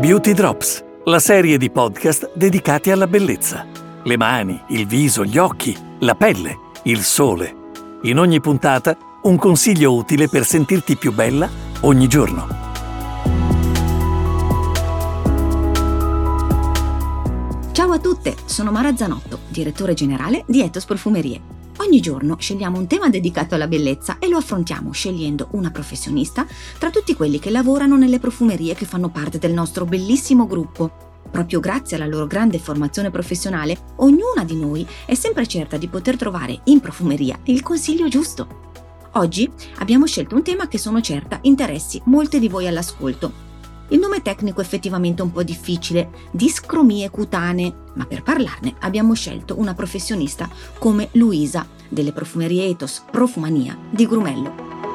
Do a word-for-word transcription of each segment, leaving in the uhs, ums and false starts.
Beauty Drops, la serie di podcast dedicati alla bellezza. Le mani, il viso, gli occhi, la pelle, il sole. In ogni puntata un consiglio utile per sentirti più bella ogni giorno. Ciao a tutte, sono Mara Zanotto, direttore generale di Ethos Profumerie. Ogni giorno scegliamo un tema dedicato alla bellezza e lo affrontiamo scegliendo una professionista tra tutti quelli che lavorano nelle profumerie che fanno parte del nostro bellissimo gruppo. Proprio grazie alla loro grande formazione professionale, ognuna di noi è sempre certa di poter trovare in profumeria il consiglio giusto. Oggi abbiamo scelto un tema che sono certa interessi molte di voi all'ascolto. Il nome tecnico è effettivamente un po' difficile, discromie cutanee, ma per parlarne abbiamo scelto una professionista come Luisa, delle profumerie Ethos Profumania di Grumello.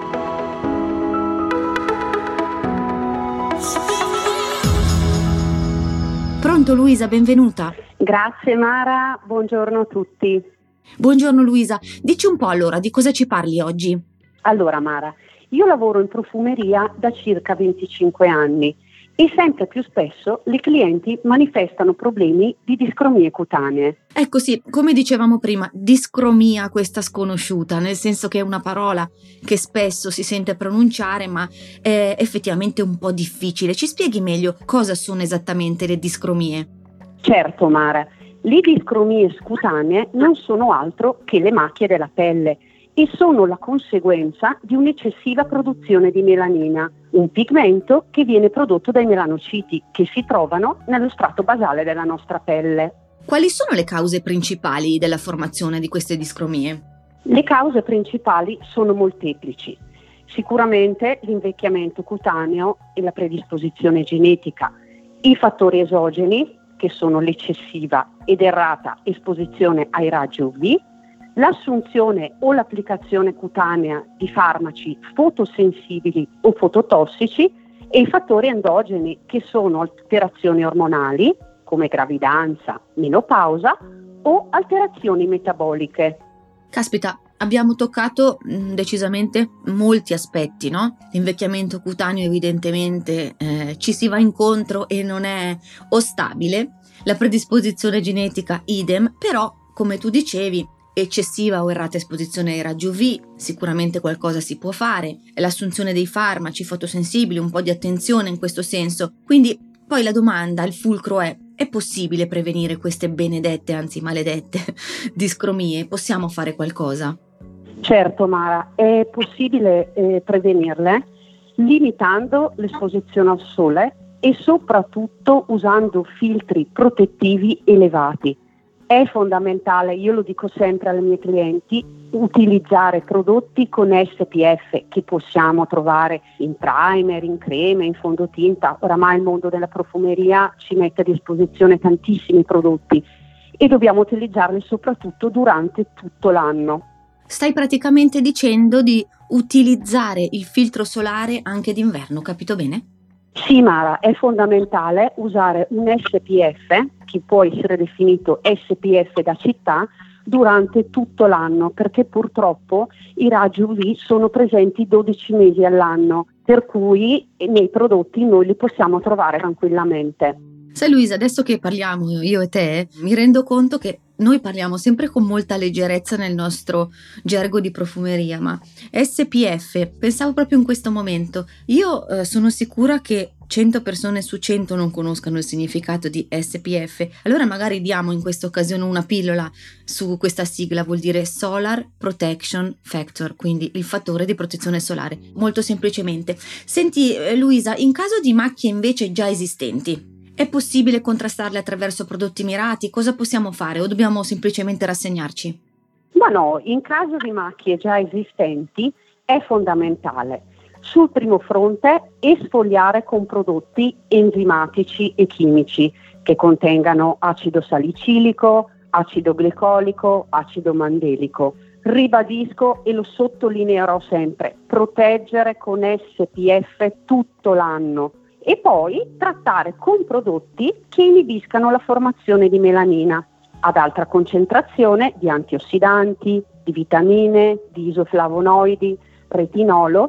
Pronto Luisa, benvenuta. Grazie Mara, buongiorno a tutti. Buongiorno Luisa, dici un po' allora di cosa ci parli oggi? Allora Mara, io lavoro in profumeria da circa venticinque anni e sempre più spesso le clienti manifestano problemi di discromie cutanee. Ecco sì, come dicevamo prima, discromia questa sconosciuta, nel senso che è una parola che spesso si sente pronunciare ma è effettivamente un po' difficile. Ci spieghi meglio cosa sono esattamente le discromie? Certo Mara, le discromie cutanee non sono altro che le macchie della pelle e sono la conseguenza di un'eccessiva produzione di melanina, un pigmento che viene prodotto dai melanociti che si trovano nello strato basale della nostra pelle. Quali sono le cause principali della formazione di queste discromie? Le cause principali sono molteplici. Sicuramente l'invecchiamento cutaneo e la predisposizione genetica, i fattori esogeni che sono l'eccessiva ed errata esposizione ai raggi U V, l'assunzione o l'applicazione cutanea di farmaci fotosensibili o fototossici e i fattori endogeni che sono alterazioni ormonali come gravidanza, menopausa o alterazioni metaboliche. Caspita, abbiamo toccato mh, decisamente molti aspetti, no? L'invecchiamento cutaneo evidentemente eh, ci si va incontro e non è ostabile, la predisposizione genetica idem, però come tu dicevi eccessiva o errata esposizione ai raggi U V, sicuramente qualcosa si può fare, l'assunzione dei farmaci fotosensibili, un po' di attenzione in questo senso. Quindi poi la domanda, il fulcro è: è possibile prevenire queste benedette, anzi maledette, discromie? Possiamo fare qualcosa? Certo Mara, è possibile eh, prevenirle limitando l'esposizione al sole e soprattutto usando filtri protettivi elevati. È fondamentale, io lo dico sempre alle mie clienti, utilizzare prodotti con S P F che possiamo trovare in primer, in crema, in fondotinta. Oramai il mondo della profumeria ci mette a disposizione tantissimi prodotti e dobbiamo utilizzarli soprattutto durante tutto l'anno. Stai praticamente dicendo di utilizzare il filtro solare anche d'inverno, capito bene? Sì Mara, è fondamentale usare un S P F, che può essere definito S P F da città, durante tutto l'anno, perché purtroppo i raggi U V sono presenti dodici mesi all'anno, per cui nei prodotti noi li possiamo trovare tranquillamente. Sai Luisa, adesso che parliamo io e te, mi rendo conto che noi parliamo sempre con molta leggerezza nel nostro gergo di profumeria, ma S P F, pensavo proprio in questo momento, io eh, sono sicura che cento persone su cento non conoscano il significato di S P F, allora magari diamo in questa occasione una pillola su questa sigla, vuol dire Solar Protection Factor, quindi il fattore di protezione solare, molto semplicemente. Senti eh, Luisa, in caso di macchie invece già esistenti, è possibile contrastarle attraverso prodotti mirati? Cosa possiamo fare o dobbiamo semplicemente rassegnarci? Ma no, in caso di macchie già esistenti è fondamentale sul primo fronte esfoliare con prodotti enzimatici e chimici che contengano acido salicilico, acido glicolico, acido mandelico. Ribadisco e lo sottolineerò sempre, proteggere con S P F tutto l'anno. E poi trattare con prodotti che inibiscano la formazione di melanina ad alta concentrazione di antiossidanti, di vitamine, di isoflavonoidi, retinolo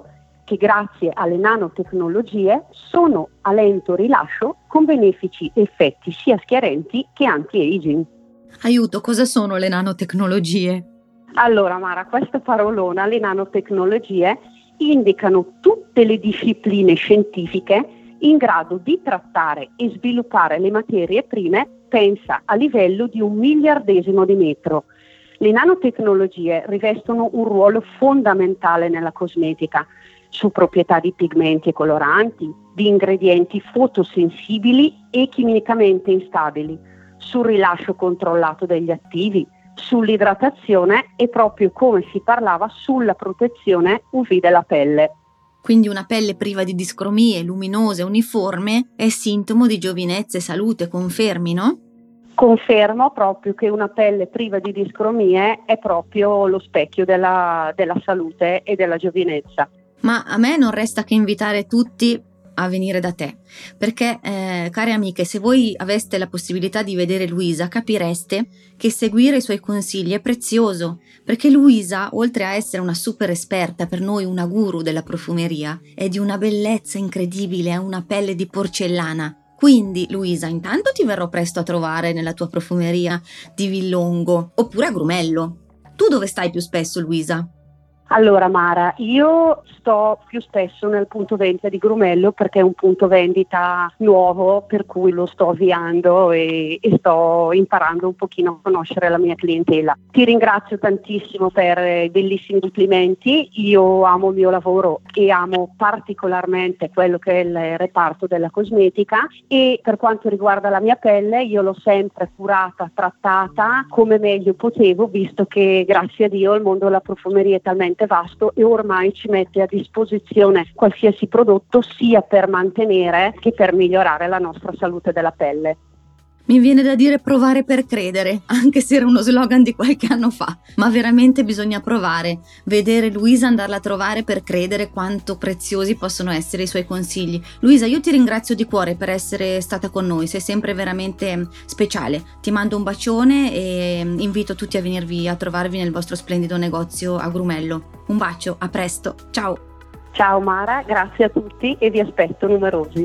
che grazie alle nanotecnologie sono a lento rilascio con benefici effetti sia schiarenti che anti-aging. Aiuto, cosa sono le nanotecnologie? Allora Mara, questa parolona, le nanotecnologie, indicano tutte le discipline scientifiche in grado di trattare e sviluppare le materie prime, pensa a livello di un miliardesimo di metro. Le nanotecnologie rivestono un ruolo fondamentale nella cosmetica, su proprietà di pigmenti e coloranti, di ingredienti fotosensibili e chimicamente instabili, sul rilascio controllato degli attivi, sull'idratazione e proprio come si parlava sulla protezione U V della pelle. Quindi una pelle priva di discromie, luminosa e uniforme è sintomo di giovinezza e salute, confermi, no? Confermo proprio che una pelle priva di discromie è proprio lo specchio della, della salute e della giovinezza. Ma a me non resta che invitare tutti a venire da te, perché eh, care amiche, se voi aveste la possibilità di vedere Luisa capireste che seguire i suoi consigli è prezioso, perché Luisa, oltre a essere una super esperta, per noi una guru della profumeria, è di una bellezza incredibile, ha una pelle di porcellana. Quindi Luisa, intanto ti verrò presto a trovare nella tua profumeria di Villongo oppure a Grumello. Tu dove stai più spesso, Luisa? Allora Mara, io sto più spesso nel punto vendita di Grumello perché è un punto vendita nuovo, per cui lo sto avviando e, e sto imparando un pochino a conoscere la mia clientela. Ti ringrazio tantissimo per i bellissimi complimenti, io amo il mio lavoro e amo particolarmente quello che è il reparto della cosmetica, e per quanto riguarda la mia pelle io l'ho sempre curata, trattata come meglio potevo, visto che grazie a Dio il mondo della profumeria è talmente vasto e ormai ci mette a disposizione qualsiasi prodotto sia per mantenere che per migliorare la nostra salute della pelle. Mi viene da dire provare per credere, anche se era uno slogan di qualche anno fa, ma veramente bisogna provare, vedere Luisa, andarla a trovare per credere quanto preziosi possono essere i suoi consigli. Luisa, io ti ringrazio di cuore per essere stata con noi, sei sempre veramente speciale. Ti mando un bacione e invito tutti a venirvi a trovarvi nel vostro splendido negozio a Grumello. Un bacio, a presto, ciao! Ciao Mara, grazie a tutti e vi aspetto numerosi.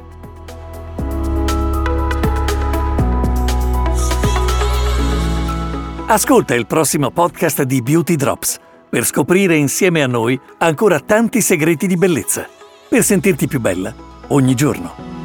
Ascolta il prossimo podcast di Beauty Drops per scoprire insieme a noi ancora tanti segreti di bellezza, per sentirti più bella ogni giorno.